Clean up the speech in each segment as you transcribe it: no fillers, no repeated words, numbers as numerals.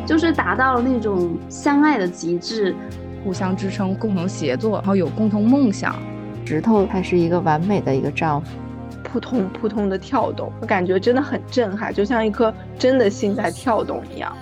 就是达到了那种相爱的极致， 互相支撑，共同协作，然后有共同梦想。 石头他是一个完美的一个丈夫， 扑通扑通的跳动，我感觉真的很震撼，就像一颗真的心在跳动一样。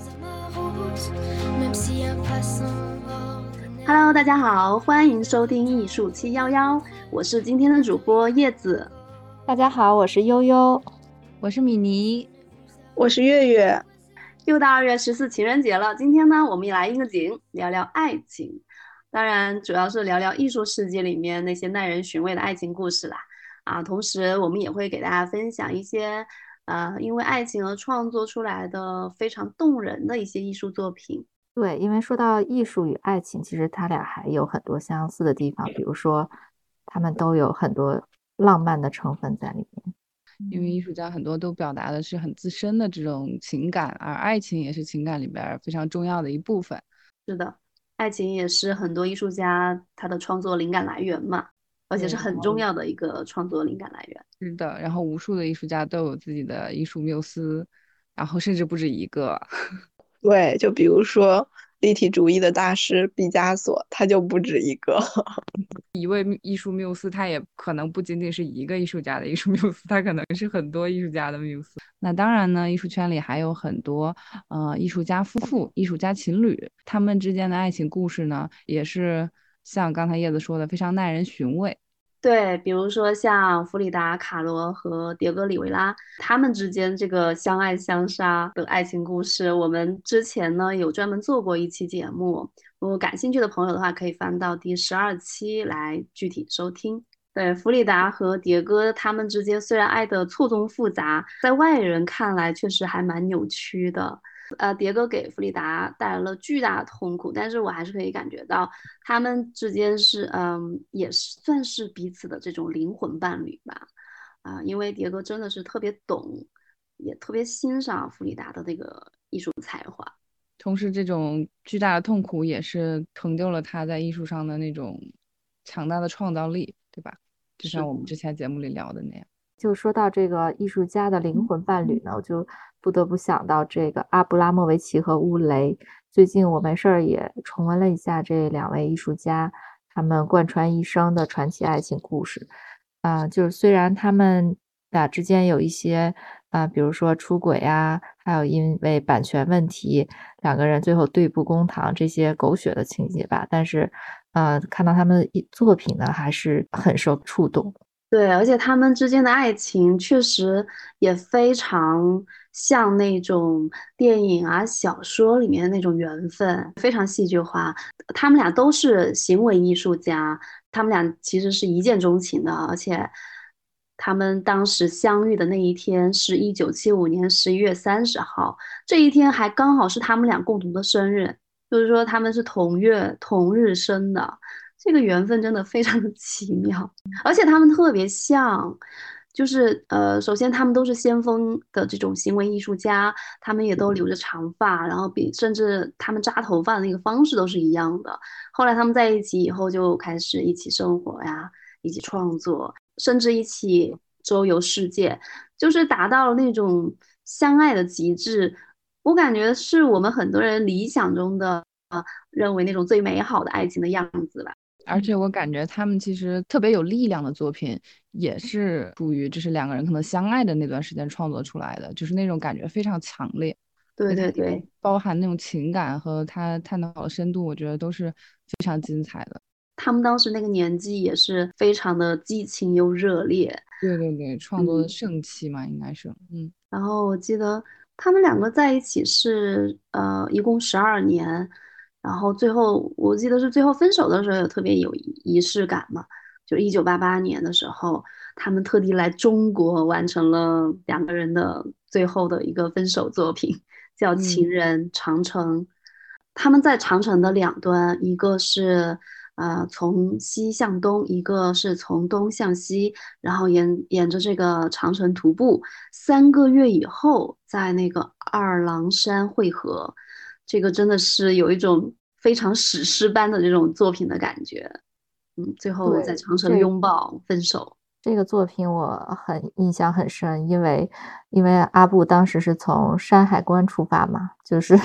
Hello， 大家好，欢迎收听艺术711，我是今天的主播叶子。 大家好，我是悠悠， 我是米妮， 我是月月。 又到2月14情人节了，今天呢，我们也来应个景，聊聊爱情。当然，主要是聊聊艺术世界里面那些耐人寻味的爱情故事啦。同时我们也会给大家分享一些因为爱情而创作出来的非常动人的一些艺术作品。 对，因为说到艺术与爱情，其实它俩还有很多相似的地方，比如说他们都有很多浪漫的成分在里面。 因为艺术家很多都表达的是很自身的这种情感，而爱情也是情感里边非常重要的一部分。 是的，爱情也是很多艺术家他的创作灵感来源嘛，而且是很重要的一个创作灵感来源。 是的，然后无数的艺术家都有自己的艺术缪斯，然后甚至不止一个。 对，就比如说立体主义的大师毕加索，他就不止一个。 一位艺术缪斯，他也可能不仅仅是一个艺术家的艺术缪斯，他可能是很多艺术家的缪斯。那当然呢，艺术圈里还有很多艺术家夫妇、艺术家情侣，他们之间的爱情故事呢，也是像刚才叶子说的，非常耐人寻味。 对，比如说像弗里达·卡罗和迭戈·里维拉，他们之间这个相爱相杀的爱情故事，我们之前呢有专门做过一期节目，如果感兴趣的朋友的话，可以翻到第12期来具体收听。对，弗里达和迭戈他们之间虽然爱的错综复杂，在外人看来确实还蛮扭曲的。迭戈给弗里达带来了巨大的痛苦，但是我还是可以感觉到他们之间是也是算是彼此的这种灵魂伴侣吧。因为迭戈真的是特别懂，也特别欣赏弗里达的那个艺术才华。 同时，这种巨大的痛苦也是成就了他在艺术上的那种强大的创造力，对吧？就像我们之前节目里聊的那样。 就说到这个艺术家的灵魂伴侣呢，我就不得不想到这个阿布拉莫维奇和乌雷。最近我没事儿也重温了一下这2位艺术家他们贯穿一生的传奇爱情故事。就是虽然他们俩之间有一些比如说出轨啊，还有因为版权问题2个人最后对簿公堂这些狗血的情节吧，但是看到他们的作品呢，还是很受触动。 对，而且他们之间的爱情确实也非常像那种电影小说里面的那种缘分，非常戏剧化。他们俩都是行为艺术家，他们俩其实是一见钟情的，而且他们当时相遇的那一天是1975年11月30号，这一天还刚好是他们俩共同的生日，就是说他们是同月同日生的。这个缘分真的非常的奇妙，而且他们特别像，就是首先他们都是先锋的这种行为艺术家，他们也都留着长发，然后甚至他们扎头发的那个方式都是一样的。后来他们在一起以后就开始一起生活呀，一起创作，甚至一起周游世界，就是达到了那种相爱的极致。我感觉是我们很多人理想中的认为那种最美好的爱情的样子吧。 而且我感觉他们其实特别有力量的作品，也是属于就是2个人可能相爱的那段时间创作出来的，就是那种感觉非常强烈。 对对对， 包含那种情感和他探讨的深度，我觉得都是非常精彩的。 他们当时那个年纪也是非常的激情又热烈。 对对对，创作的盛期嘛，应该是。 然后我记得他们2个在一起是一共12年。然后最后我记得是最后分手的时候有特别有仪式感嘛，就1988年的时候，他们特地来中国完成了2个人的最后的一个分手作品，叫《情人长城》。他们在长城的2端，一个是从西向东，一个是从东向西，然后沿着这个长城徒步，3个月以后在那个二郎山汇合。这个真的是有一种非常史诗般的这种作品的感觉。最后在长城拥抱分手。 这个作品我印象很深，因为阿布当时是从山海关出发嘛，就是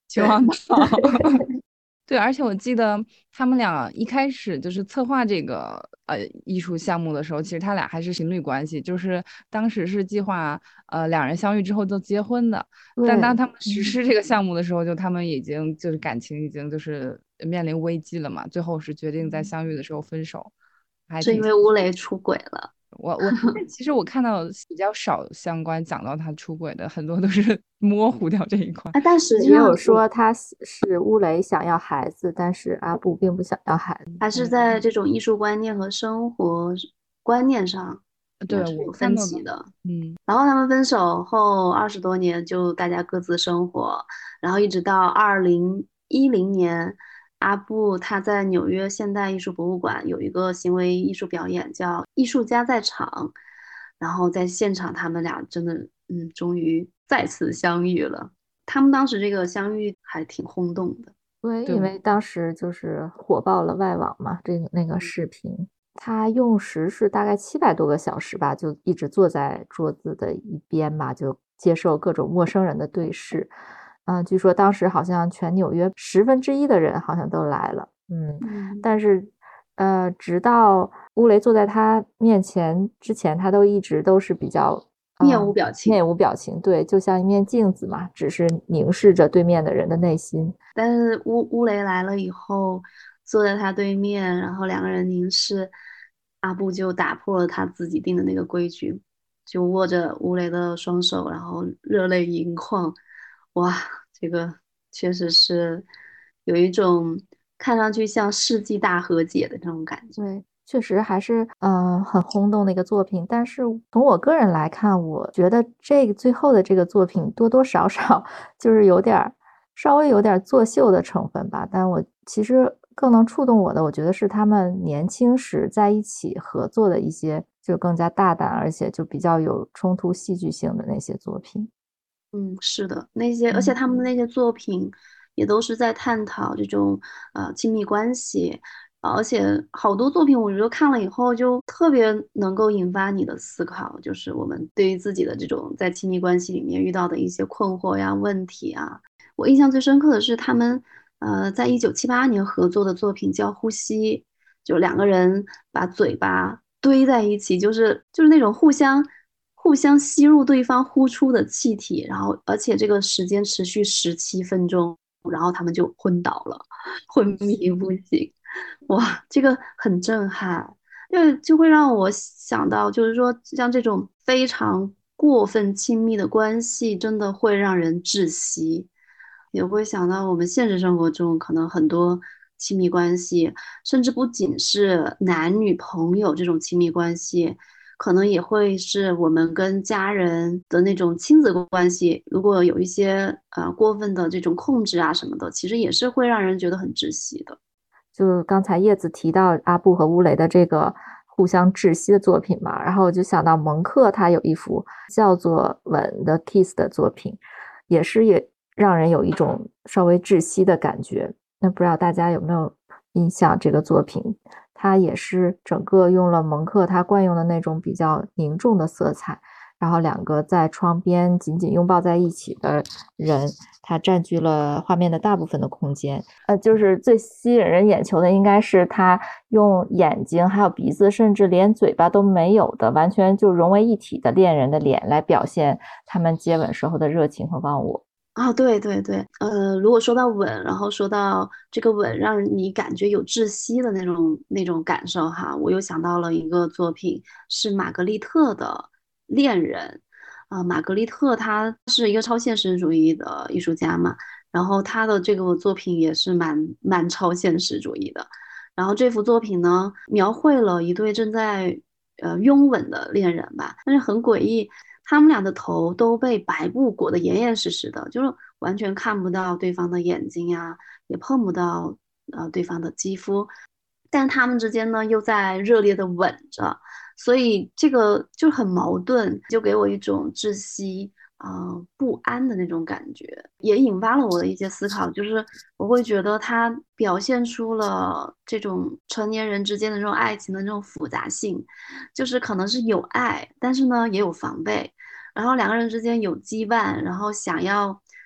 秦皇岛。对，而且我记得他们俩一开始就是策划这个艺术项目的时候，其实他俩还是情侣关系，就是当时是计划两人相遇之后就结婚的，但当对， 他们实施这个项目的时候，就他们已经就是感情已经就是面临危机了嘛，最后是决定在相遇的时候分手，还挺。 是因为乌雷出轨了。 其实我看到比较少相关讲到他出轨的，很多都是模糊掉这一块。 但实际也有上说他是乌雷想要孩子，但是阿布并不想要孩子。 还是在这种艺术观念和生活观念上对， 是有我看到的， 分歧的。 嗯， 然后他们分手后20多年，就大家各自生活，然后一直到2010年，阿布他在纽约现代艺术博物馆有一个行为艺术表演叫《艺术家在场》，然后在现场他们俩真的终于再次相遇了。他们当时这个相遇还挺轰动的。 对， 对， 因为当时就是火爆了外网嘛，那个视频，他用时是大概700多个小时吧，就一直坐在桌子的一边嘛，就接受各种陌生人的对视。据说当时好像全纽约1/10的人好像都来了，但是直到乌雷坐在他面前之前，他一直都是比较面无表情， 面无表情，对，就像一面镜子嘛，只是凝视着对面的人的内心。 但是乌雷来了以后，坐在他对面，然后两个人凝视，阿布就打破了他自己定的那个规矩，就握着乌雷的双手，然后热泪盈眶。哇，这个确实是有一种看上去像世纪大和解的那种感觉。 对，确实还是很轰动的一个作品。但是从我个人来看，我觉得这个最后的这个作品多多少少就是稍微有点作秀的成分吧。但我其实更能触动我的，我觉得是他们年轻时在一起合作的一些就更加大胆，而且就比较有冲突戏剧性的那些作品。 是的，那些，而且他们的那些作品也都是在探讨这种亲密关系，而且好多作品我觉得看了以后就特别能够引发你的思考，就是我们对于自己的这种在亲密关系里面遇到的一些困惑呀、问题啊。我印象最深刻的是他们在1978年合作的作品叫《呼吸》，就两个人把嘴巴堆在一起，就是那种互相吸入对方呼出的气体，然后而且这个时间持续17分钟，然后他们就昏倒了，昏迷不醒。哇，这个很震撼，因为就会让我想到，就是说像这种非常过分亲密的关系，真的会让人窒息。也会想到我们现实生活中可能很多亲密关系，甚至不仅是男女朋友这种亲密关系，可能也会是我们跟家人的那种亲子关系。如果有一些过分的这种控制啊什么的，其实也是会让人觉得很窒息的。 就是刚才叶子提到阿布和乌雷的这个互相窒息的作品嘛，然后我就想到蒙克他有一幅叫做《吻的 Kiss》的作品，也让人有一种稍微窒息的感觉。那不知道大家有没有印象这个作品？它也是整个用了蒙克他惯用的那种比较凝重的色彩，然后两个在窗边紧紧拥抱在一起的人，他占据了画面的大部分的空间。就是最吸引人眼球的应该是他用眼睛还有鼻子甚至连嘴巴都没有的完全就融为一体的恋人的脸来表现他们接吻时候的热情和忘我。 对对对，如果说到吻，然后说到这个吻让你感觉有窒息的那种感受哈，我又想到了一个作品，是玛格丽特的恋人。玛格丽特她是一个超现实主义的艺术家嘛，然后她的这个作品也是蛮超现实主义的。然后这幅作品呢，描绘了一对正在拥吻的恋人吧，但是很诡异。他们俩的头都被白布裹得严严实实的，就是完全看不到对方的眼睛呀，也碰不到对方的肌肤，但他们之间呢又在热烈的吻着，所以这个就很矛盾，就给我一种窒息不安的那种感觉，也引发了我的一些思考，就是我会觉得它表现出了这种成年人之间的这种爱情的那种复杂性，就是可能是有爱，但是呢也有防备，然后两个人之间有羁绊，然后想要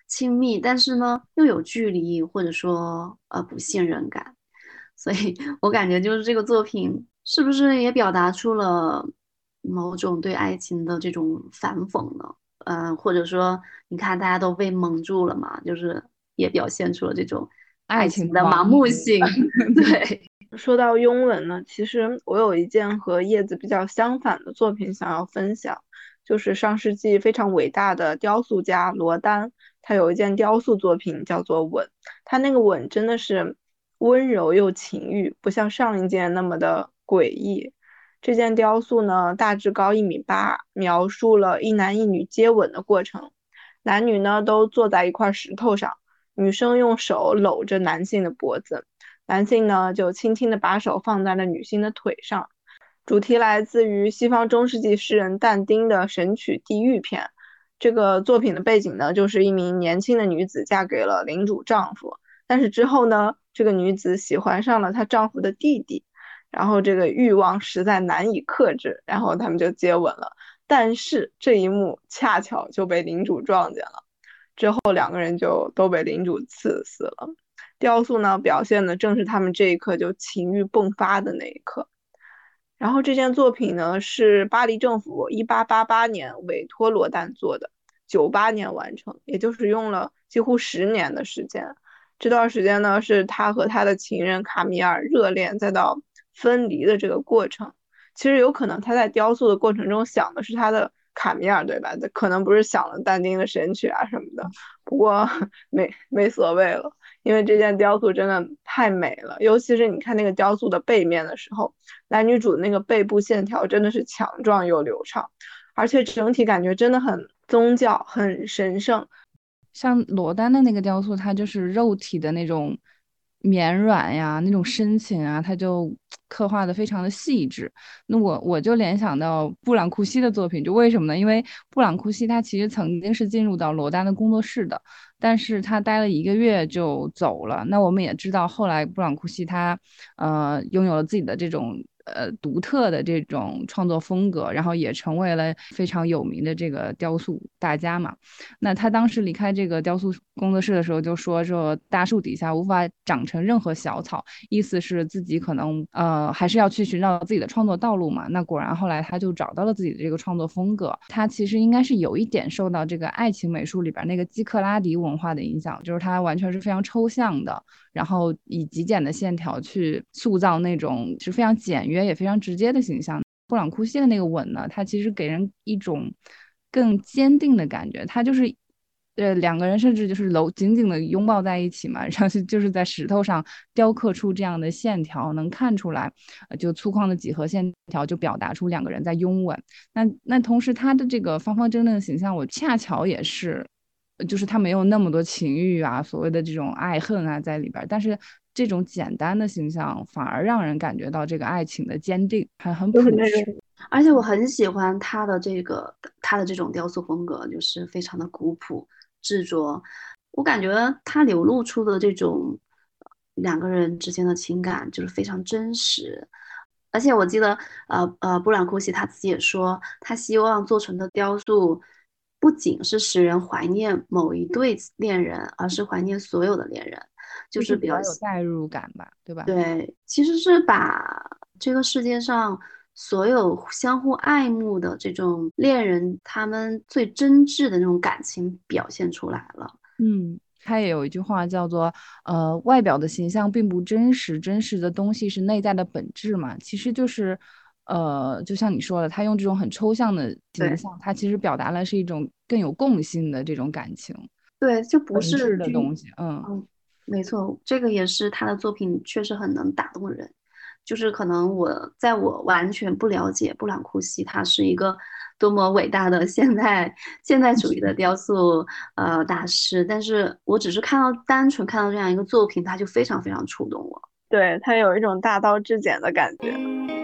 亲密，但是呢又有距离，或者说不信任感。所以我感觉就是这个作品是不是也表达出了某种对爱情的这种反讽呢？或者说你看大家都被蒙住了嘛，就是也表现出了这种爱爱情的盲情的盲目目。 性。对。 说到拥吻呢，其实我有一件和叶子比较相反的作品想要分享，就是上世纪非常伟大的雕塑家罗丹，他有一件雕塑作品叫做《吻》，他那个吻真的是温柔又情欲，不像上一件那么的诡异。这件雕塑呢，大致高1.8米，描述了一男一女接吻的过程。男女呢都坐在一块石头上，女生用手搂着男性的脖子，男性呢就轻轻地把手放在了女性的腿上。主题来自于西方中世纪诗人但丁的神曲《地狱篇》。这个作品的背景呢，就是一名年轻的女子嫁给了领主丈夫，但是之后呢，这个女子喜欢上了她丈夫的弟弟，然后这个欲望实在难以克制，然后他们就接吻了。但是这一幕恰巧就被领主撞见了，之后两个人就都被领主刺死了。雕塑呢，表现的正是他们这一刻就情欲迸发的那一刻。然后这件作品呢，是巴黎政府1888年委托罗丹做的，98年完成，也就是用了几乎10年的时间。这段时间呢，是他和他的情人卡米尔热恋再到分离的这个过程。其实有可能他在雕塑的过程中想的是他的卡米尔，对吧？可能不是想了但丁的神曲啊什么的。不过没所谓了，因为这件雕塑真的太美了，尤其是你看那个雕塑的背面的时候，男女主的那个背部线条真的是强壮又流畅，而且整体感觉真的很宗教，很神圣。 像罗丹的那个雕塑，它就是肉体的那种绵软呀，那种深情啊，它就刻画的非常的细致。那我就联想到布朗库西的作品，就为什么呢？因为布朗库西他其实曾经是进入到罗丹的工作室的，但是他待了1个月就走了。那我们也知道，后来布朗库西他拥有了自己的这种独特的这种创作风格，然后也成为了非常有名的这个雕塑大家嘛。那他当时离开这个雕塑工作室的时候就说，这大树底下无法长成任何小草，意思是自己可能还是要去寻找自己的创作道路嘛。那果然后来他就找到了自己的这个创作风格。他其实应该是有一点受到这个爱情美术里边那个基克拉迪文化的影响，就是它完全是非常抽象的，然后以极简的线条去塑造那种是非常简约也非常直接的形象。布朗库西的那个吻呢，它其实给人一种更坚定的感觉，它就是两个人甚至就是紧紧的拥抱在一起嘛，然后就是在石头上雕刻出这样的线条，能看出来就粗犷的几何线条就表达出两个人在拥吻。那同时他的这个方方正正的形象，我恰巧也是就是他没有那么多情欲啊，所谓的这种爱恨啊在里边，但是这种简单的形象反而让人感觉到这个爱情的坚定，很朴实。 而且我很喜欢他的这种雕塑风格，就是非常的古朴执着。我感觉他流露出的这种两个人之间的情感就是非常真实。而且我记得，布朗库西他自己也说，他希望做成的雕塑不仅是使人怀念某一对恋人，而是怀念所有的恋人，就是比较有代入感吧，对吧？ 对，其实是把这个世界上所有相互爱慕的这种恋人，他们最真挚的那种感情表现出来了。 他也有一句话叫做外表的形象并不真实，真实的东西是内在的本质嘛。其实就是就像你说的，他用这种很抽象的形象，他其实表达了是一种更有共性的这种感情， 对，就不本是质的东西。 没错，这个也是他的作品，确实很能打动人。就是可能在我完全不了解布朗库西他是一个多么伟大的现代主义的雕塑大师，但是我只是单纯看到这样一个作品，他就非常非常触动我。 对，他有一种大道至简的感觉。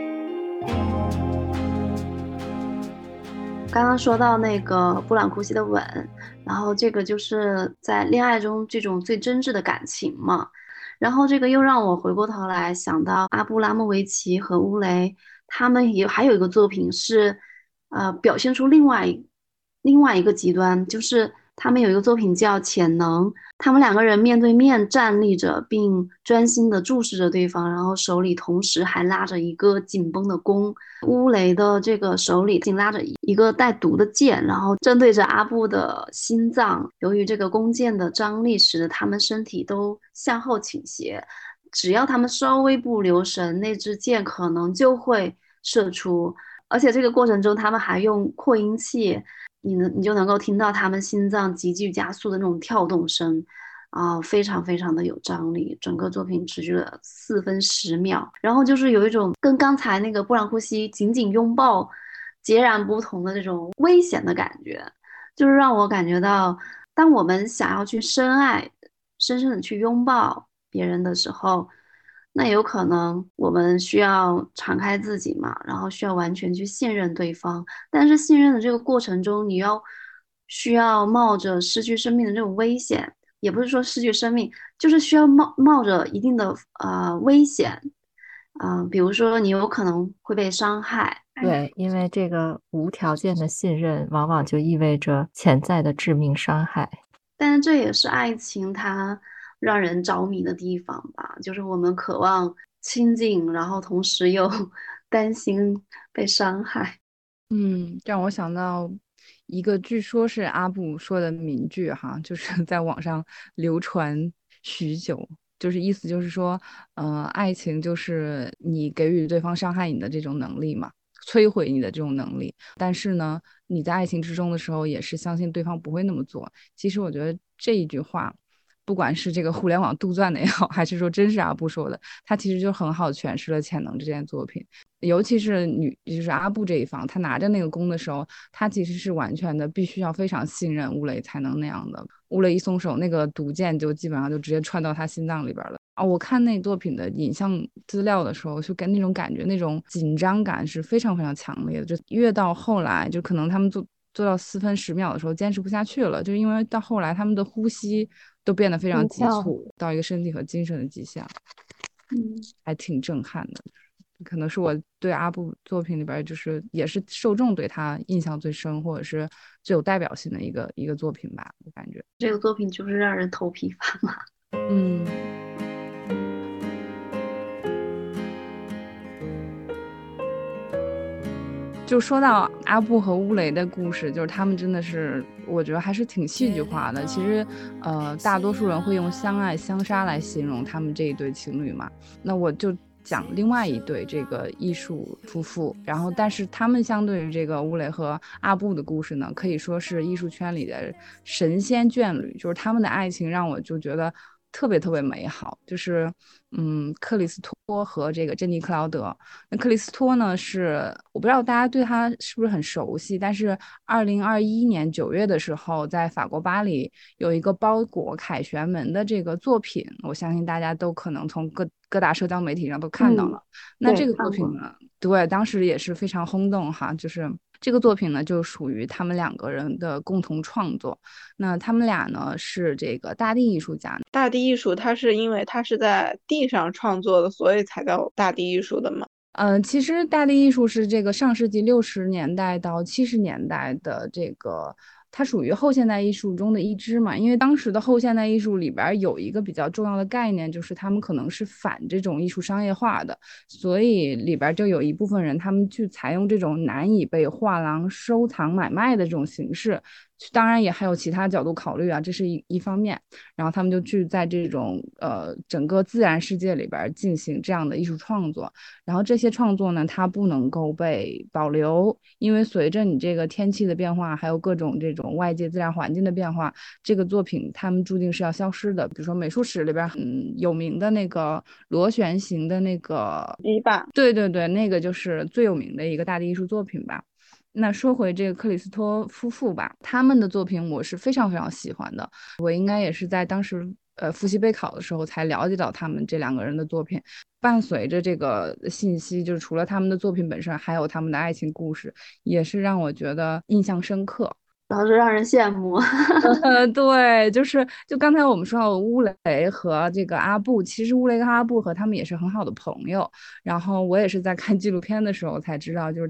刚刚说到那个布朗库西的吻，然后这个就是在恋爱中这种最真挚的感情嘛。然后这个又让我回过头来想到阿布拉莫维奇和乌雷，他们还有一个作品是，表现出另外一个极端，就是他们有一个作品叫《潜能》，他们两个人面对面站立着，并专心地注视着对方，然后手里同时还拉着一个紧绷的弓。乌雷的这个手里紧拉着一个带毒的剑，然后针对着阿布的心脏。由于这个弓箭的张力，使得他们身体都向后倾斜。只要他们稍微不留神，那支箭可能就会射出。而且这个过程中，他们还用扩音器，你就能够听到他们心脏急剧加速的那种跳动声。非常非常的有张力。整个作品持续了4分10秒，然后就是有一种跟刚才那个布朗库西紧紧拥抱截然不同的这种危险的感觉，就是让我感觉到，当我们想要去深爱、深深的去拥抱别人的时候，那有可能我们需要敞开自己嘛，然后需要完全去信任对方。但是信任的这个过程中，需要冒着失去生命的这种危险，也不是说失去生命，就是需要冒着一定的危险。比如说你有可能会被伤害。 对，因为这个无条件的信任，往往就意味着潜在的致命伤害。 但是这也是爱情它让人着迷的地方吧，就是我们渴望亲近，然后同时又担心被伤害。 让我想到一个据说是阿布说的名句哈，就是在网上流传许久，就是意思就是说，爱情就是你给予对方伤害你的这种能力嘛，摧毁你的这种能力。但是呢，你在爱情之中的时候，也是相信对方不会那么做。其实我觉得这一句话，不管是这个互联网杜撰的也好，还是说真是阿布说的，他其实就很好诠释了潜能这件作品。尤其是就是阿布这一方，他拿着那个弓的时候，他其实是完全的必须要非常信任乌雷才能那样的。乌雷一松手，那个毒箭就基本上就直接穿到他心脏里边了。我看那作品的影像资料的时候，就跟那种感觉，那种紧张感是非常非常强烈的。就越到后来，就可能他们做到4分10秒的时候，坚持不下去了，就因为到后来他们的呼吸都变得非常急促，到一个身体和精神的极限，还挺震撼的。可能是我对阿布作品里边，就是也是受众对他印象最深，或者是最有代表性的一个作品吧，我感觉这个作品就是让人头皮发麻。 就说到阿布和乌雷的故事，就是他们真的是，我觉得还是挺戏剧化的。其实，大多数人会用相爱相杀来形容他们这一对情侣嘛。那我就讲另外一对这个艺术夫妇，然后但是他们相对于这个乌雷和阿布的故事呢，可以说是艺术圈里的神仙眷侣，就是他们的爱情让我就觉得特别特别美好。就是克里斯托和这个珍妮克劳德。那克里斯托呢，是我不知道大家对他是不是很熟悉，但是2021年9月的时候，在法国巴黎有一个包裹凯旋门的这个作品，我相信大家都可能从各大社交媒体上都看到了。那这个作品呢，对，当时也是非常轰动哈，就是这个作品呢，就属于他们两个人的共同创作。那他们俩呢是这个大地艺术家。 大地艺术，它是因为它是在地上创作的，所以才叫大地艺术的吗？ 其实大地艺术是这个上世纪60年代到70年代的这个。它属于后现代艺术中的一支嘛，因为当时的后现代艺术里边有一个比较重要的概念，就是他们可能是反这种艺术商业化的，所以里边就有一部分人他们去采用这种难以被画廊收藏买卖的这种形式，当然也还有其他角度考虑啊，这是一方面。然后他们就去在这种整个自然世界里边进行这样的艺术创作，然后这些创作呢，它不能够被保留，因为随着你这个天气的变化，还有各种这种外界自然环境的变化，这个作品他们注定是要消失的。比如说美术史里边有名的那个螺旋形的那个堤坝， 对对对，那个就是最有名的一个大地艺术作品吧。那说回这个克里斯托夫妇吧，他们的作品我是非常非常喜欢的，我应该也是在当时复习备考的时候才了解到他们这两个人的作品。伴随着这个信息，就是除了他们的作品本身，还有他们的爱情故事，也是让我觉得印象深刻。 然后是让人羡慕。 对，就刚才我们说到乌雷和这个阿布，其实乌雷跟阿布和他们也是很好的朋友。然后我也是在看纪录片的时候才知道，就是他们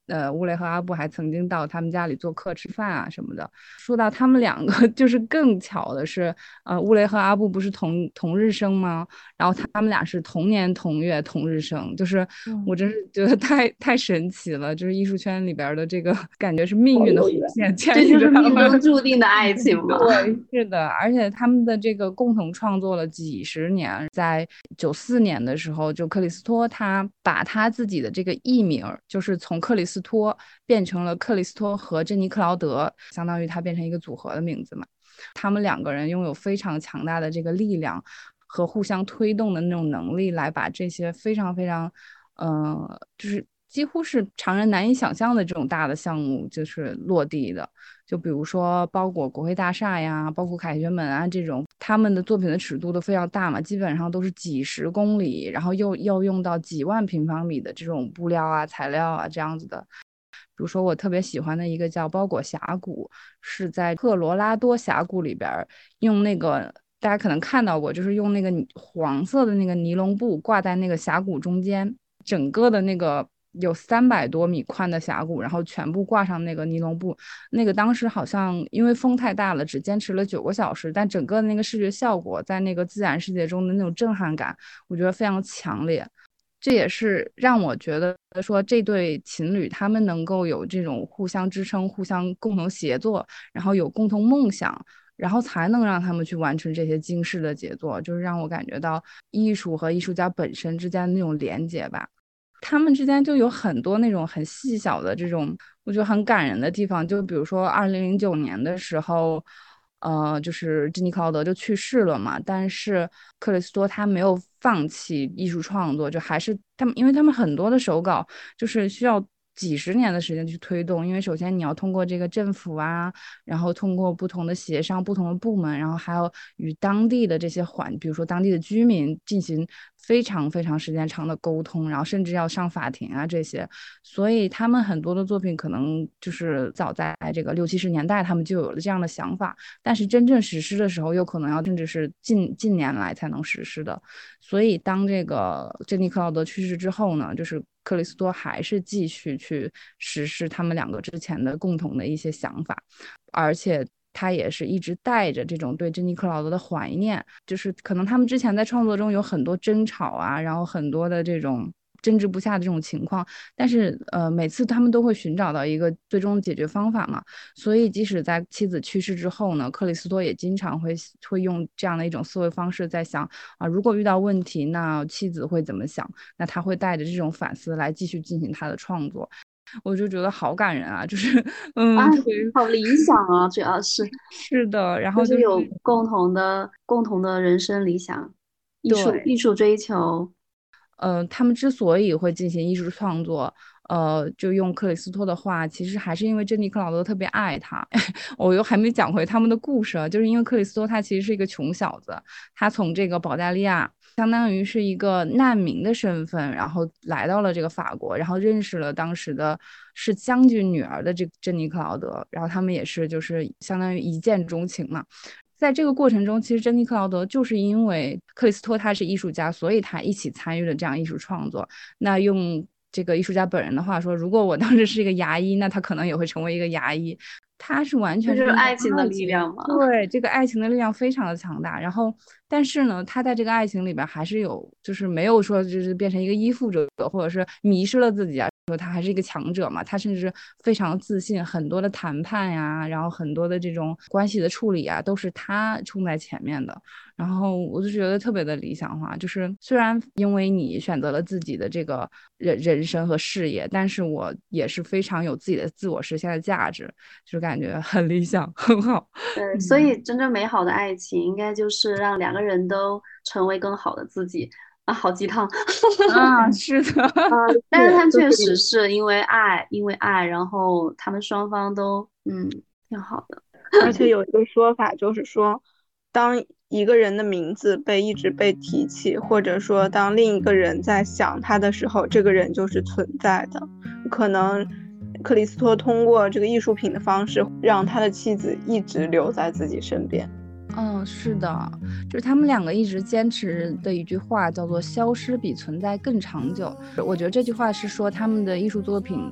乌雷和阿布还曾经到他们家里做客吃饭啊什么的。说到他们两个，就是更巧的是，乌雷和阿布不是同日生吗？然后他们俩是同年同月同日生，就是我真是觉得太神奇了，就是艺术圈里边的这个感觉是命运的弧线牵这就是引着他们。 命中注定的爱情吗？ 对，是的，而且他们的这个共同创作了几十年，在94年的时候，就克里斯托他把他自己的这个艺名，就是从克里斯托变成了克里斯托和珍妮克劳德，相当于他变成一个组合的名字嘛。他们两个人拥有非常强大的这个力量和互相推动的那种能力，来把这些非常非常，就是几乎是常人难以想象的这种大的项目，就是落地的。就比如说包括国会大厦呀，包括凯旋门啊这种，他们的作品的尺度都非常大嘛，基本上都是几十公里，然后又要用到几万平方米的这种布料啊、材料啊这样子的。比如说我特别喜欢的一个叫包裹峡谷，是在科罗拉多峡谷里边用那个大家可能看到过，就是用那个黄色的那个尼龙布挂在那个峡谷中间，整个的那个有300多米宽的峡谷，然后全部挂上那个尼龙布。那个当时好像因为风太大了，只坚持了9个小时，但整个那个视觉效果在那个自然世界中的那种震撼感，我觉得非常强烈。这也是让我觉得说这对情侣他们能够有这种互相支撑、互相共同协作，然后有共同梦想，然后才能让他们去完成这些惊世的杰作，就是让我感觉到艺术和艺术家本身之间的那种连接吧。他们之间就有很多那种很细小的这种我觉得很感人的地方，就比如说2009年的时候，就是珍妮克劳德就去世了嘛，但是克里斯多他没有放弃艺术创作，就还是他们，因为他们很多的手稿就是需要几十年的时间去推动，因为首先你要通过这个政府啊，然后通过不同的协商、不同的部门，然后还有与当地的这些比如说当地的居民进行非常非常时间长的沟通，然后甚至要上法庭啊这些，所以他们很多的作品可能就是早在这个60、70年代他们就有了这样的想法，但是真正实施的时候，有可能要甚至是近年来才能实施的。所以当这个珍妮克劳德去世之后呢，就是克里斯多还是继续去实施他们两个之前的共同的一些想法，而且他也是一直带着这种对珍妮克劳德的怀念，就是可能他们之前在创作中有很多争吵啊，然后很多的这种争执不下的这种情况，但是每次他们都会寻找到一个最终解决方法嘛，所以即使在妻子去世之后呢，克里斯多也经常会用这样的一种思维方式在想啊，如果遇到问题，那妻子会怎么想？那他会带着这种反思来继续进行他的创作。我就觉得好感人啊，就是特别好理想啊，主要是是的，然后就是有共同的人生理想， 对， 艺术追求。 他们之所以会进行艺术创作，就用克里斯托的话，其实还是因为珍妮克劳德特别爱他。我又还没讲回他们的故事啊，就是因为克里斯托他其实是一个穷小子，他从这个保加利亚相当于是一个难民的身份，然后来到了这个法国，然后认识了当时的是将军女儿的这个珍妮克劳德，然后他们也是就是相当于一见钟情嘛。在这个过程中，其实珍妮克劳德就是因为克里斯托他是艺术家，所以他一起参与了这样艺术创作。那用这个艺术家本人的话说，如果我当时是一个牙医，那他可能也会成为一个牙医。他是完全就是是爱情的力量嘛。 对，这个爱情的力量非常的强大。然后，但是呢，他在这个爱情里边还是有，就是没有说就是变成一个依附者，或者是迷失了自己啊。说他还是一个强者嘛，他甚至是非常自信，很多的谈判呀，然后很多的这种关系的处理啊，都是他冲在前面的。然后我就觉得特别的理想化，就是虽然因为你选择了自己的这个人生和事业，但是我也是非常有自己的自我实现的价值，就感觉很理想，很好。 对，所以真正美好的爱情应该就是让两个人都成为更好的自己啊，好鸡汤。 啊，是的， 但是他确实是因为爱，然后他们双方都挺好的。 而且有一个说法就是说，当一个人的名字一直被提起，或者说当另一个人在想他的时候，这个人就是存在的。可能克里斯托通过这个艺术品的方式，让他的妻子一直留在自己身边。 是的，就是他们两个一直坚持的一句话叫做"消失比存在更长久"。我觉得这句话是说他们的艺术作品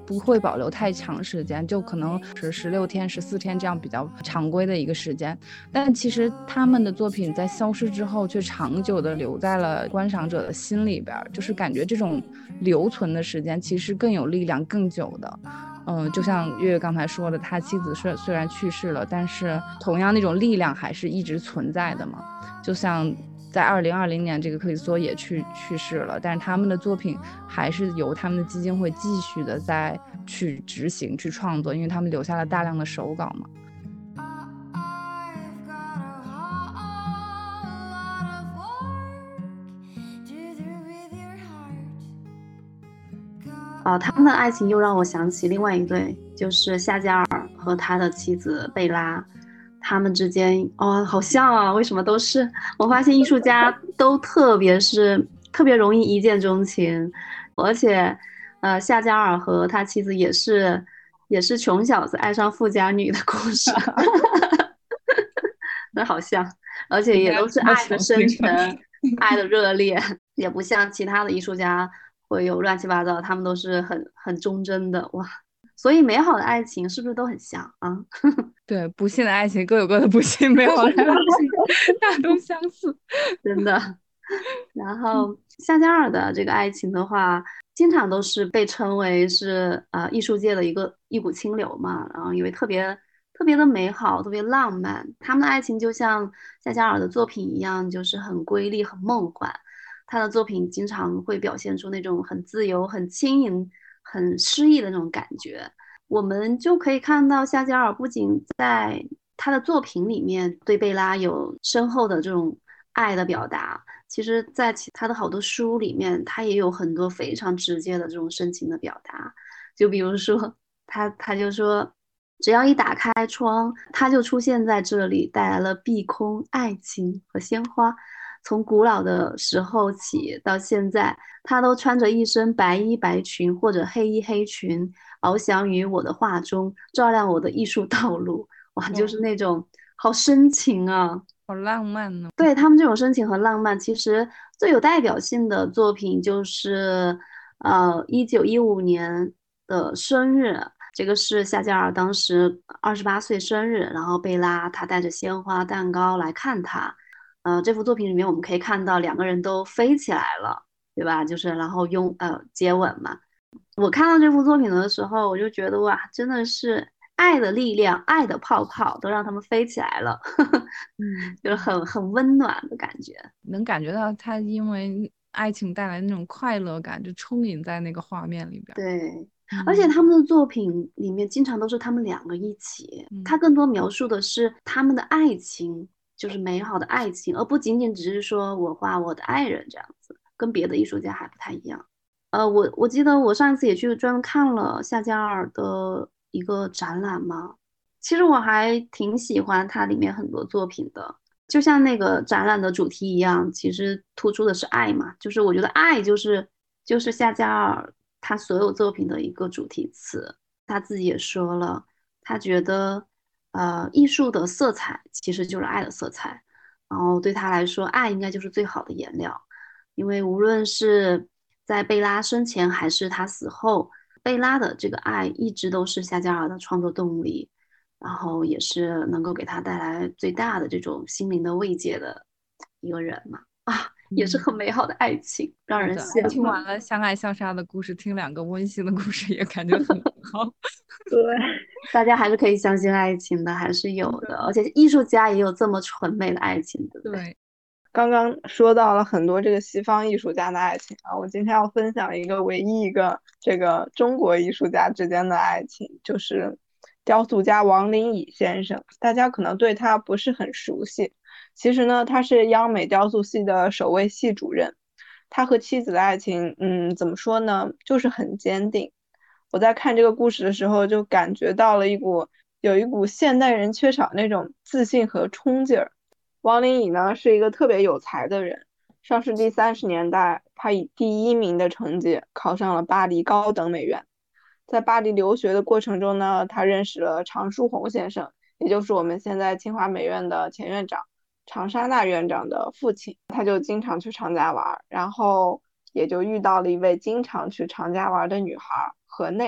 不会保留太长时间，就可能是16天、14天这样比较常规的一个时间。但其实他们的作品在消失之后，却长久的留在了观赏者的心里边，就是感觉这种留存的时间其实更有力量、更久的。就像月月刚才说的，他妻子虽然去世了，但是同样那种力量还是一直存在的嘛。就像在2020年，这个克里斯托也去世了，但是他们的作品还是由他们的基金会继续的在去执行、去创作，因为他们留下了大量的手稿嘛。 他们的爱情又让我想起另外一对，就是夏加尔和他的妻子贝拉，他们之间好像啊，为什么都是？我发现艺术家都特别容易一见钟情，而且夏加尔和他妻子也是穷小子爱上富家女的故事，那好像，而且也都是爱的深沉，爱的热烈，也不像其他的艺术家会有乱七八糟，他们都是很忠贞的哇。所以美好的爱情是不是都很像啊？ 对，不幸的爱情各有各的不幸，美好的爱情大都相似， 真的。然后夏加尔的这个爱情的话，经常都是被称为是艺术界的一股清流嘛，然后因为特别的美好，特别浪漫。他们的爱情就像夏加尔的作品一样，就是很瑰丽、很梦幻。他的作品经常会表现出那种很自由、很轻盈、很诗意的那种感觉。我们就可以看到夏加尔不仅在他的作品里面对贝拉有深厚的这种爱的表达，其实在其他的好多书里面，他也有很多非常直接的这种深情的表达。就比如说他就说，只要一打开窗，他就出现在这里，带来了碧空、爱情和鲜花。从古老的时候起到现在，他都穿着一身白衣白裙或者黑衣黑裙，翱翔于我的画中，照亮我的艺术道路。哇，就是那种好深情啊， 好浪漫呢。 对，他们这种深情和浪漫，其实最有代表性的作品就是1915年的生日，这个是夏加尔当时28岁生日，然后贝拉她带着鲜花蛋糕来看他。这幅作品里面我们可以看到两个人都飞起来了，对吧？就是然后接吻嘛。我看到这幅作品的时候，我就觉得哇，真的是爱的力量，爱的泡泡都让他们飞起来了，就是很温暖的感觉， 能感觉到他因为爱情带来那种快乐感，就充盈在那个画面里边。 对，而且他们的作品里面经常都是他们两个一起，他更多描述的是他们的爱情，就是美好的爱情，而不仅仅只是说我画我的爱人这样子，跟别的艺术家还不太一样。我记得我上一次也去专门看了夏加尔的一个展览嘛，其实我还挺喜欢他里面很多作品的，就像那个展览的主题一样，其实突出的是爱嘛，就是我觉得爱就是夏加尔他所有作品的一个主题词。他自己也说了，他觉得艺术的色彩其实就是爱的色彩，然后对他来说，爱应该就是最好的颜料，因为无论是在贝拉生前还是他死后，贝拉的这个爱一直都是夏加尔的创作动力，然后也是能够给他带来最大的这种心灵的慰藉的一个人嘛。也是很美好的爱情，让人羡慕。 听完了相爱相杀的故事，听两个温馨的故事也感觉很好。 对， 大家还是可以相信爱情的，还是有的，而且艺术家也有这么纯美的爱情，对不对？ 对， 刚刚说到了很多这个西方艺术家的爱情啊，我今天要分享唯一一个这个中国艺术家之间的爱情，就是雕塑家王灵乙先生。大家可能对他不是很熟悉，其实呢，他是央美雕塑系的首位系主任。他和妻子的爱情，怎么说呢，就是很坚定。我在看这个故事的时候，就感觉到了有一股现代人缺少那种自信和冲劲儿。王灵乙呢是一个特别有才的人，上世纪30年代，他以第1名的成绩考上了巴黎高等美院。在巴黎留学的过程中呢，他认识了常书鸿先生，也就是我们现在清华美院的前院长常沙那院长的父亲。他就经常去长家玩，然后也就遇到了一位经常去长家玩的女孩何内。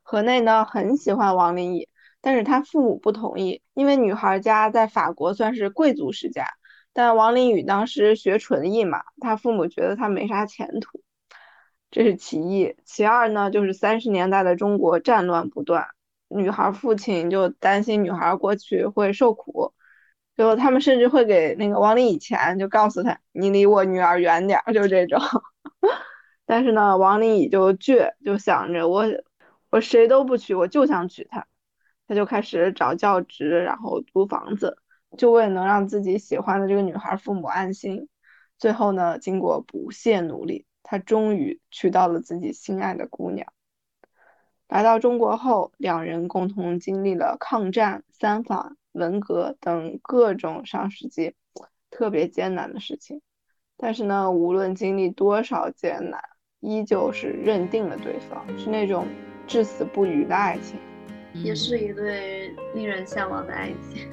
河内呢很喜欢王灵乙，但是他父母不同意，因为女孩家在法国算是贵族世家，但王灵宇当时学纯艺嘛，他父母觉得他没啥前途，这是其一。其二呢，就是30年代的中国战乱不断，女孩父亲就担心女孩过去会受苦，就他们甚至会给那个王灵乙钱，就告诉他你离我女儿远点儿，就这种。但是呢，王灵乙就倔，就想着我谁都不娶，我就想娶她。他就开始找教职，然后租房子，就为了能让自己喜欢的这个女孩父母安心。最后呢，经过不懈努力，他终于娶到了自己心爱的姑娘。来到中国后，两人共同经历了抗战、三反、文革等各种上世纪特别艰难的事情。但是呢，无论经历多少艰难，依旧是认定了对方，是那种至死不渝的爱情。 也是一对令人向往的爱情。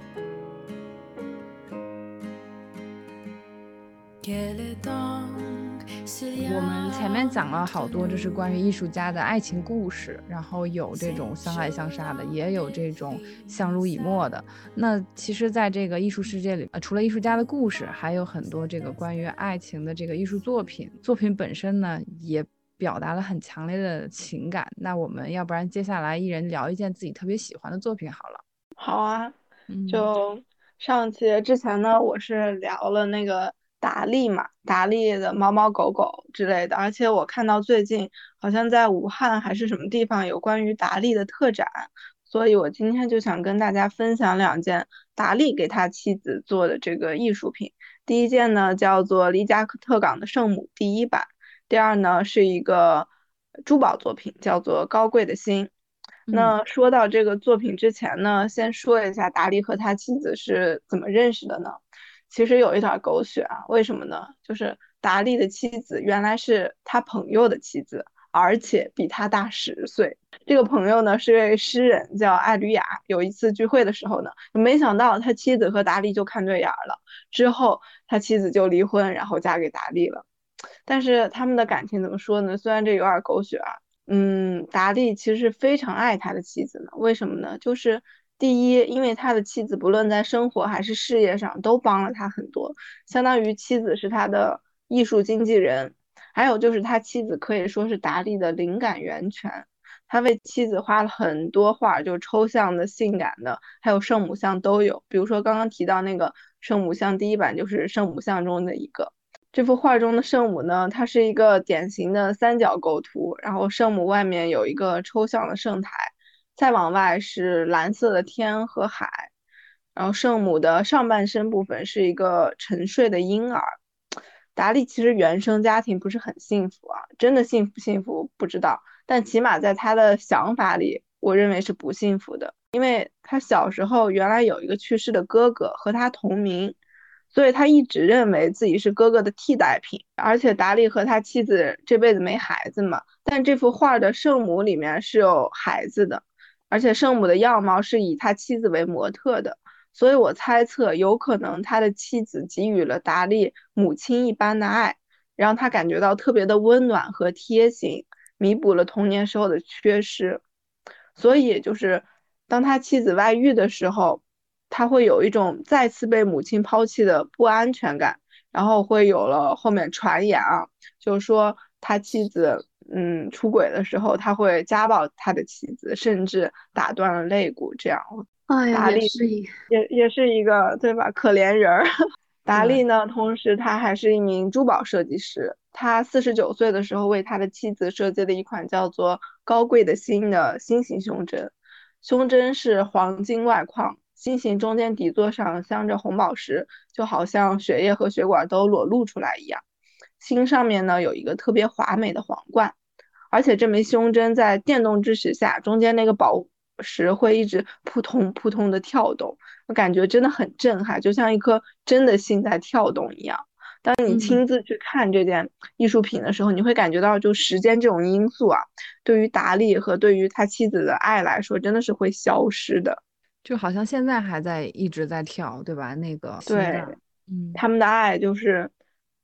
我们前面讲了好多，就是关于艺术家的爱情故事，然后有这种相爱相杀的，也有这种相濡以沫的。那其实在这个艺术世界里，除了艺术家的故事，还有很多这个关于爱情的这个艺术作品，作品本身呢也表达了很强烈的情感。那我们要不然接下来一人聊一件自己特别喜欢的作品好了。 好啊，就上期之前呢，我是聊了那个达利嘛，达利的猫猫狗狗之类的，而且我看到最近好像在武汉还是什么地方有关于达利的特展，所以我今天就想跟大家分享2件达利给他妻子做的这个艺术品。第一件呢叫做里贾特港的圣母第1版，第二呢是一个珠宝作品，叫做高贵的心。那说到这个作品之前呢，先说一下达利和他妻子是怎么认识的呢？其实有一点狗血啊，为什么呢？就是达利的妻子原来是他朋友的妻子，而且比他大10岁。这个朋友呢是位诗人，叫艾吕雅。有一次聚会的时候呢，没想到他妻子和达利就看对眼了，之后他妻子就离婚，然后嫁给达利了。但是他们的感情怎么说呢？虽然这有点狗血啊，达利其实是非常爱他的妻子呢。为什么呢？就是第一，因为他的妻子不论在生活还是事业上都帮了他很多，相当于妻子是他的艺术经纪人。还有就是他妻子可以说是达利的灵感源泉，他为妻子画了很多画，就抽象的、性感的，还有圣母像都有。比如说刚刚提到那个圣母像第1版就是圣母像中的一个。这幅画中的圣母呢，它是一个典型的3角构图，然后圣母外面有一个抽象的圣台，再往外是蓝色的天和海，然后圣母的上半身部分是一个沉睡的婴儿。达利其实原生家庭不是很幸福啊，真的幸福不幸福不知道，但起码在他的想法里，我认为是不幸福的，因为他小时候原来有一个去世的哥哥和他同名。所以他一直认为自己是哥哥的替代品，而且达利和他妻子这辈子没孩子嘛，但这幅画的圣母里面是有孩子的，而且圣母的样貌是以他妻子为模特的，所以我猜测有可能他的妻子给予了达利母亲一般的爱，让他感觉到特别的温暖和贴心，弥补了童年时候的缺失。所以就是当他妻子外遇的时候，他会有一种再次被母亲抛弃的不安全感，然后会有了后面传言啊，就是说他妻子出轨的时候，他会家暴他的妻子，甚至打断了肋骨这样。 哎呀， 达利也是一个对吧？可怜人儿。达利呢，同时他还是一名珠宝设计师。他49岁的时候为他的妻子设计了一款叫做高贵的心的心形胸针，胸针是黄金外框，心形中间底座上镶着红宝石，就好像血液和血管都裸露出来一样。心上面呢有一个特别华美的皇冠，而且这枚胸针在电动支持下，中间那个宝石会一直扑通扑通的跳动，我感觉真的很震撼，就像一颗真的心在跳动一样。当你亲自去看这件艺术品的时候，你会感觉到就时间这种因素啊，对于达利和对于他妻子的爱来说，真的是会消失的。 就好像现在还在一直在跳，对吧？那个对，他们的爱就是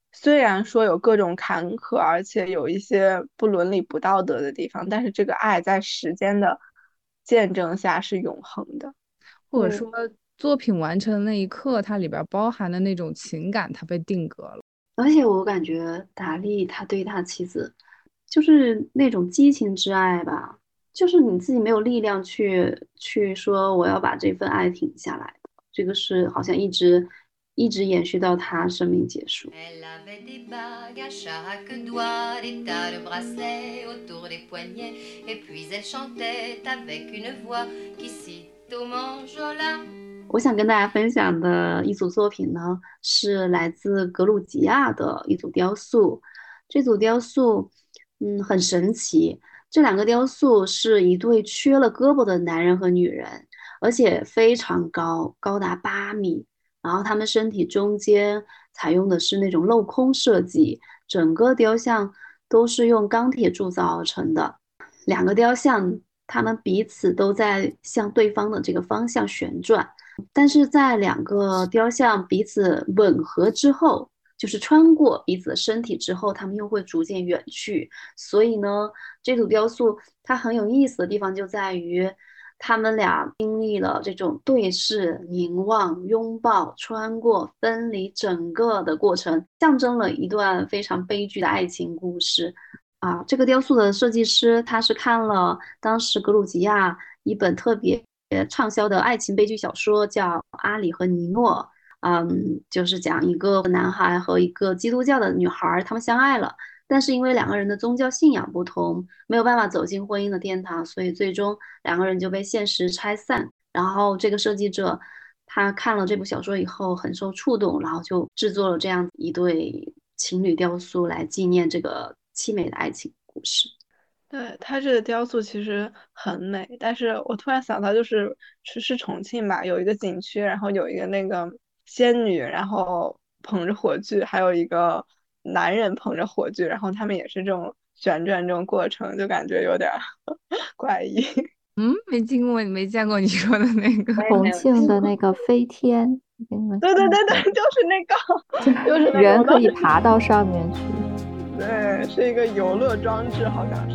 虽然说有各种坎坷，而且有一些不伦理不道德的地方，但是这个爱在时间的见证下是永恒的。 或者说作品完成的那一刻，它里边包含的那种情感，它被定格了。 而且我感觉达利他对他妻子就是那种激情之爱吧，就是你自己没有力量去说我要把这份爱停下来的，这个是好像一直延续到他生命结束。 Elle avait des bagues à chaque doigt, des tas de bracelets autour des poignets, et puis elle chantait avec une voix qui sitôt m'enjola. 我想跟大家分享的一组作品呢，是来自格鲁吉亚的一组雕塑。这组雕塑，很神奇。这两个雕塑是一对缺了胳膊的男人和女人，而且非常高，高达8米。然后他们身体中间采用的是那种镂空设计，整个雕像都是用钢铁铸造而成的。两个雕像，他们彼此都在向对方的这个方向旋转。但是在两个雕像彼此吻合之后，就是穿过彼此的身体之后，他们又会逐渐远去。所以呢，这组雕塑它很有意思的地方就在于，他们俩经历了这种对视、凝望、拥抱、穿过、分离整个的过程，象征了一段非常悲剧的爱情故事。这个雕塑的设计师他是看了当时格鲁吉亚一本特别畅销的爱情悲剧小说，叫《阿里和尼诺》。就是讲一个男孩和一个基督教的女孩，他们相爱了，但是因为两个人的宗教信仰不同，没有办法走进婚姻的殿堂，所以最终两个人就被现实拆散。然后这个设计者他看了这部小说以后很受触动，然后就制作了这样一对情侣雕塑来纪念这个凄美的爱情故事。 对，它这个雕塑其实很美，但是我突然想到，是重庆吧，有一个景区，然后有一个那个仙女，然后捧着火炬，还有一个男人捧着火炬，然后他们也是这种旋转这种过程，就感觉有点怪异。 没见过你说的那个重庆的那个飞天， 对，就是那个，就是那个人可以爬到上面去。 对，是一个游乐装置，好像是。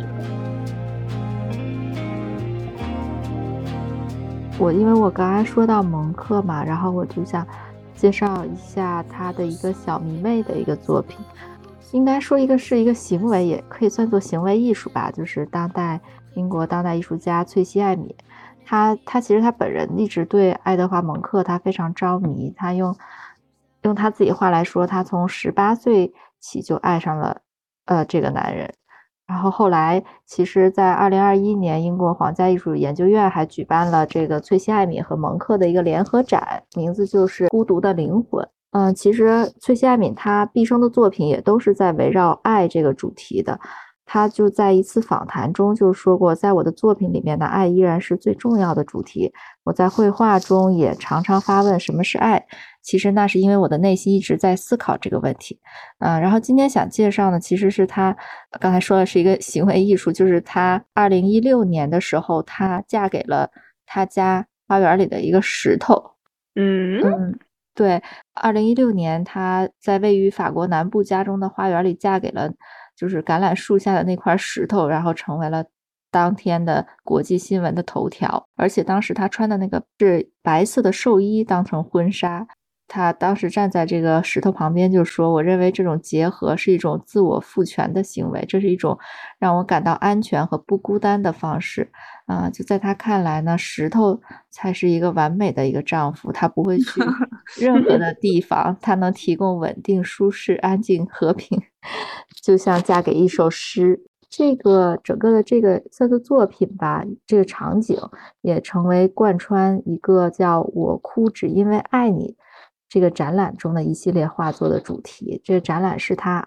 因为我刚才说到蒙克嘛，然后我就想介绍一下他的一个小迷妹的一个作品，应该说是一个行为，也可以算作行为艺术吧，就是英国当代艺术家翠西艾米。他其实他本人一直对爱德华蒙克他非常着迷，他用他自己话来说，他从18岁起就爱上了这个男人。然后后来其实在2021年英国皇家艺术研究院还举办了这个翠西艾米和蒙克的一个联合展，名字就是孤独的灵魂。其实翠西艾米她毕生的作品也都是在围绕爱这个主题的。他就在一次访谈中就说过，在我的作品里面的爱依然是最重要的主题。我在绘画中也常常发问什么是爱，其实那是因为我的内心一直在思考这个问题。然后今天想介绍呢，其实是他刚才说的是一个行为艺术，就是他2016年的时候，他嫁给了他家花园里的一个石头。对，2016年他在位于法国南部家中的花园里嫁给了就是橄榄树下的那块石头，然后成为了当天的国际新闻的头条。而且当时他穿的那个是白色的寿衣当成婚纱，他当时站在这个石头旁边就说，我认为这种结合是一种自我赋权的行为，这是一种让我感到安全和不孤单的方式。就在他看来呢，石头才是一个完美的一个丈夫，他不会去任何的地方，他能提供稳定、舒适、安静、和平，就像嫁给一首诗。这个整个的这个算作作品吧，这个场景也成为贯穿一个叫我哭只因为爱你这个展览中的一系列画作的主题。这个展览是他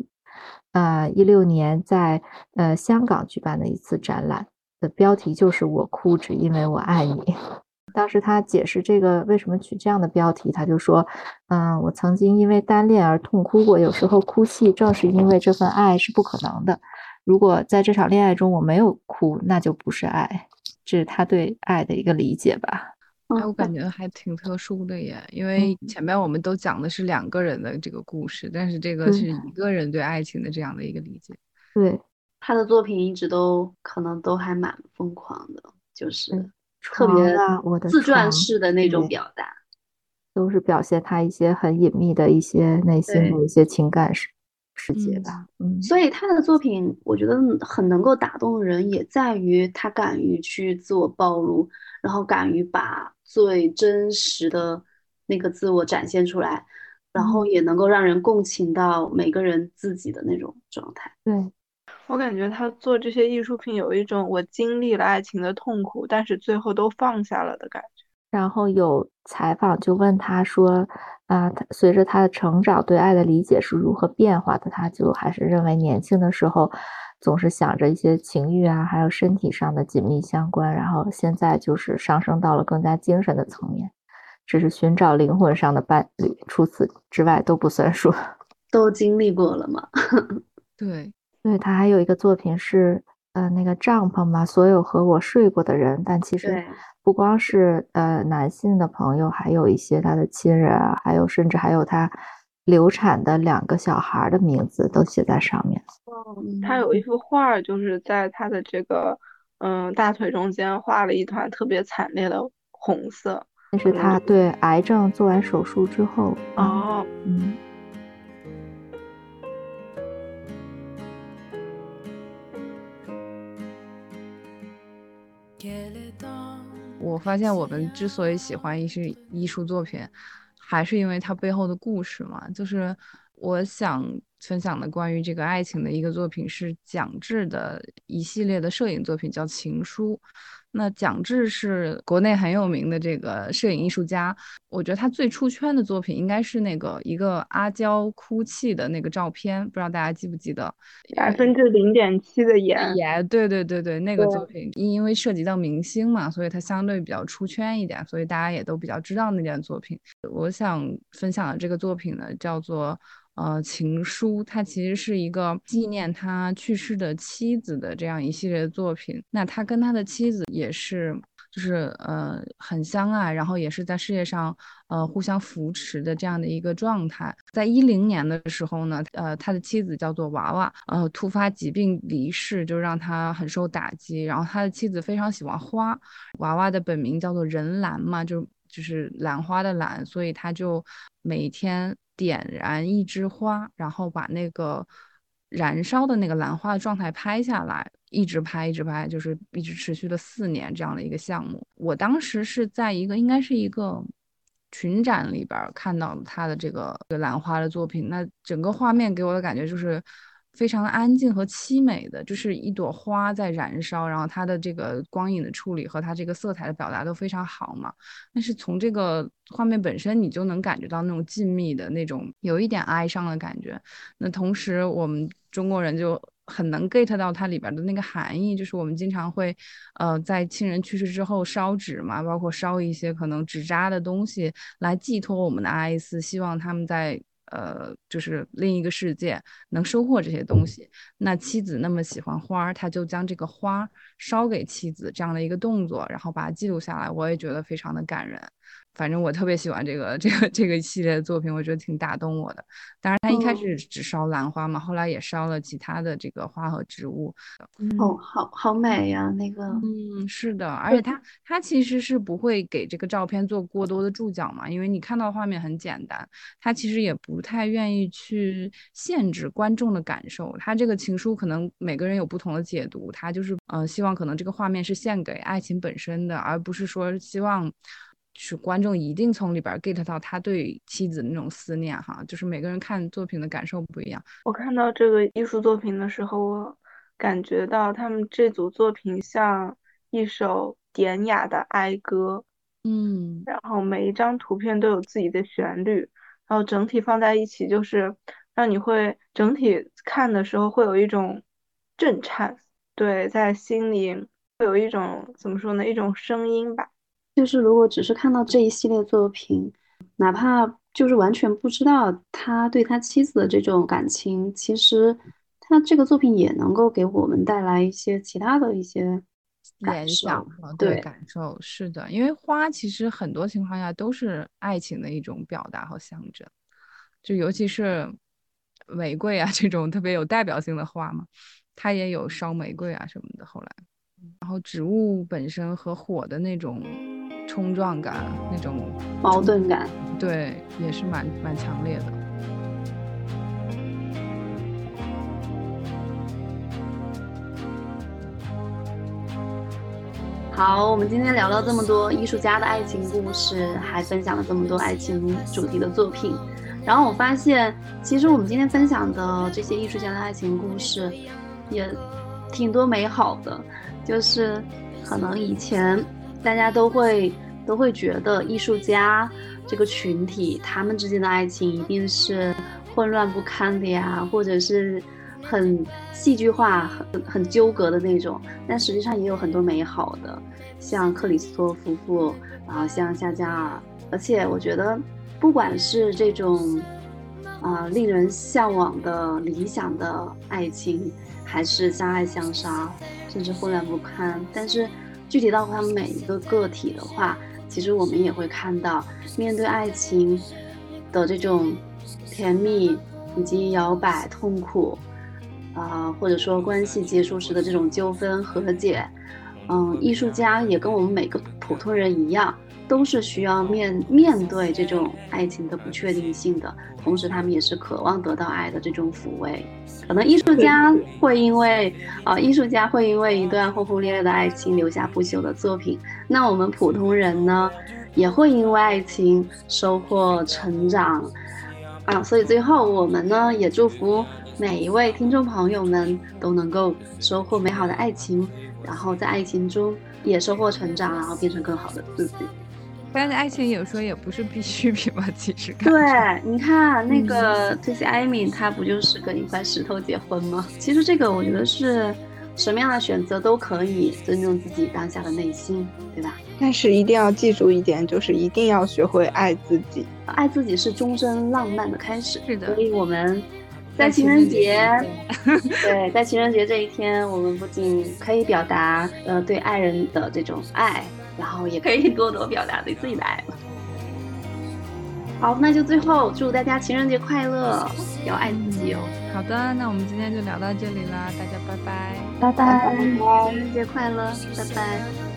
2016年在香港举办的一次展览，的标题就是我哭只因为我爱你。当时他解释这个为什么取这样的标题，他就说我曾经因为单恋而痛哭过，有时候哭泣正是因为这份爱是不可能的，如果在这场恋爱中我没有哭，那就不是爱。这是他对爱的一个理解吧。 哎，我嗯， 感觉还挺特殊的耶，因为前面我们都讲的是两个人的这个故事，但是这个对是一个人对爱情的这样的一个理解。 对他的作品一直都可能都还蛮疯狂的，就对， 是特别床啊，我的自传床， 式的那种对， 表达。 都是表现他一些很隐秘的一些内心对， 的一些情感世界吧。 嗯嗯所以他的作品，我觉得很能够打动人，也在于他敢于去自我暴露，然后敢于把最真实的那个自我展现出来，然后嗯， 也能够让人共情到每个人自己的那种状态。 对。 我感觉他做这些艺术品有一种我经历了爱情的痛苦，但是最后都放下了的感觉。 然后有采访就问他说，他随着他的成长，对爱的理解是如何变化的？他就还是认为年轻的时候总是想着一些情欲啊，还有身体上的紧密相关，然后现在就是上升到了更加精神的层面，只是寻找灵魂上的伴侣，除此之外都不算数。 都经历过了嘛。 对， 对，他还有一个作品是，那个帐篷嘛，所有和我睡过的人，但其实对， 不光是男性的朋友，还有一些他的亲人啊，还有甚至还有他流产的2个小孩的名字都写在上面。 他有一幅画儿，就是在他的这个大腿中间画了一团特别惨烈的红色， 那是他对癌症做完手术之后， 哦， 嗯， 我发现我们之所以喜欢艺术作品，还是因为它背后的故事嘛。就是我想分享的关于这个爱情的一个作品是蒋志的一系列的摄影作品，叫《情书》。那蒋志是国内很有名的这个摄影艺术家，我觉得他最出圈的作品应该是那个一个阿娇哭泣的那个照片，不知道大家记不记得？ 0.7%的盐。 也对对对对，那个作对， 品因为涉及到明星嘛，所以它相对比较出圈一点，所以大家也都比较知道那件作品。我想分享的这个作品呢，叫做《情书》，它其实是一个纪念他去世的妻子的这样一系列的作品。那他跟他的妻子也是。就是很相爱，然后也是在事业上互相扶持的这样的一个状态。在2010年的时候呢，他的妻子叫做娃娃，突发疾病离世，就让他很受打击。然后他的妻子非常喜欢花，娃娃的本名叫做任兰嘛，就是兰花的兰，所以他就每天点燃一枝花，然后把那个燃烧的那个兰花的状态拍下来，一直拍一直拍，就是一直持续了4年这样的一个项目。我当时是在应该是一个群展里边看到了他的这个兰花的作品，那整个画面给我的感觉就是非常安静和凄美的，就是一朵花在燃烧，然后它的这个光影的处理和它这个色彩的表达都非常好嘛。但是从这个画面本身，你就能感觉到那种静谧的那种有一点哀伤的感觉。那同时，我们中国人就很能 get 到它里边的那个含义，就是我们经常会，在亲人去世之后烧纸嘛，包括烧一些可能纸扎的东西来寄托我们的哀思，希望他们在就是另一个世界能收获这些东西。那妻子那么喜欢花，他就将这个花烧给妻子这样的一个动作，然后把它记录下来，我也觉得非常的感人。反正我特别喜欢这个系列的作品，我觉得挺打动我的。当然，他一开嗯， 始只烧兰花嘛，后来也烧了其他的这个花和植物。 哦，好美呀，那个。 嗯，是的，而且他其实是不会给这个照片做过多的注脚嘛，因为你看到画面很简单，他其实也不太愿意去限制观众的感受。他这个情书可能每个人有不同的解读，他就是希望可能这个画面是献给爱情本身的，而不是说希望是观众一定从里边 get 到他对妻子的那种思念哈，就是每个人看作品的感受不一样。 我看到这个艺术作品的时候，我感觉到他们这组作品像一首典雅的哀歌， 嗯。 然后每一张图片都有自己的旋律，然后整体放在一起，就是让你会整体看的时候会有一种震颤，对，在心里会有一种怎么说呢，一种声音吧。 就是如果只是看到这一系列作品，哪怕就是完全不知道他对他妻子的这种感情，其实他这个作品也能够给我们带来一些其他的一些联想对感受是的，因为花其实很多情况下都是爱情的一种表达和象征，就尤其是玫瑰啊这种特别有代表性的花嘛，它也有烧玫瑰啊什么的。后来，然后植物本身和火的那种冲撞感，那种矛盾感， 对，也是蛮强烈的。 好，我们今天聊了这么多艺术家的爱情故事，还分享了这么多爱情主题的作品。然后我发现，其实我们今天分享的这些艺术家的爱情故事，也挺多美好的。就是可能以前大家都会觉得艺术家这个群体，他们之间的爱情一定是混乱不堪的呀，或者是很戏剧化、很纠葛的那种。但实际上也有很多美好的，像克里斯托夫妇，然后像夏加尔。而且我觉得，不管是这种令人向往的理想的爱情，还是相爱相杀，甚至混乱不堪，但是具体到他们每一个个体的话，其实我们也会看到，面对爱情的这种甜蜜以及摇摆痛苦，或者说关系结束时的这种纠纷和解，艺术家也跟我们每个普通人一样，都是需要面对这种爱情的不确定性的，同时他们也是渴望得到爱的这种抚慰。可能艺术家会因为一段轰轰烈烈的爱情留下不朽的作品，那我们普通人呢，也会因为爱情收获成长所以最后我们呢，也祝福每一位听众朋友们都能够收获美好的爱情，然后在爱情中也收获成长，然后变成更好的自己。 但是爱情有时候也不是必需品吧，其实对，你看那个Tracy Emin，他不就是跟一块石头结婚吗？其实这个我觉得是什么样的选择都可以尊重自己当下的内心，对吧？ 但是一定要记住一点，就是一定要学会爱自己。 爱自己是终身浪漫的开始。 是的， 所以我们在情人节，对，在情人节这一天，我们不仅可以表达对爱人的这种爱，然后也可以多多表达对自己的爱。好，那就最后祝大家情人节快乐，要爱自己哦。 好的，那我们今天就聊到这里啦，大家拜拜。 拜拜， 情人节快乐，拜拜。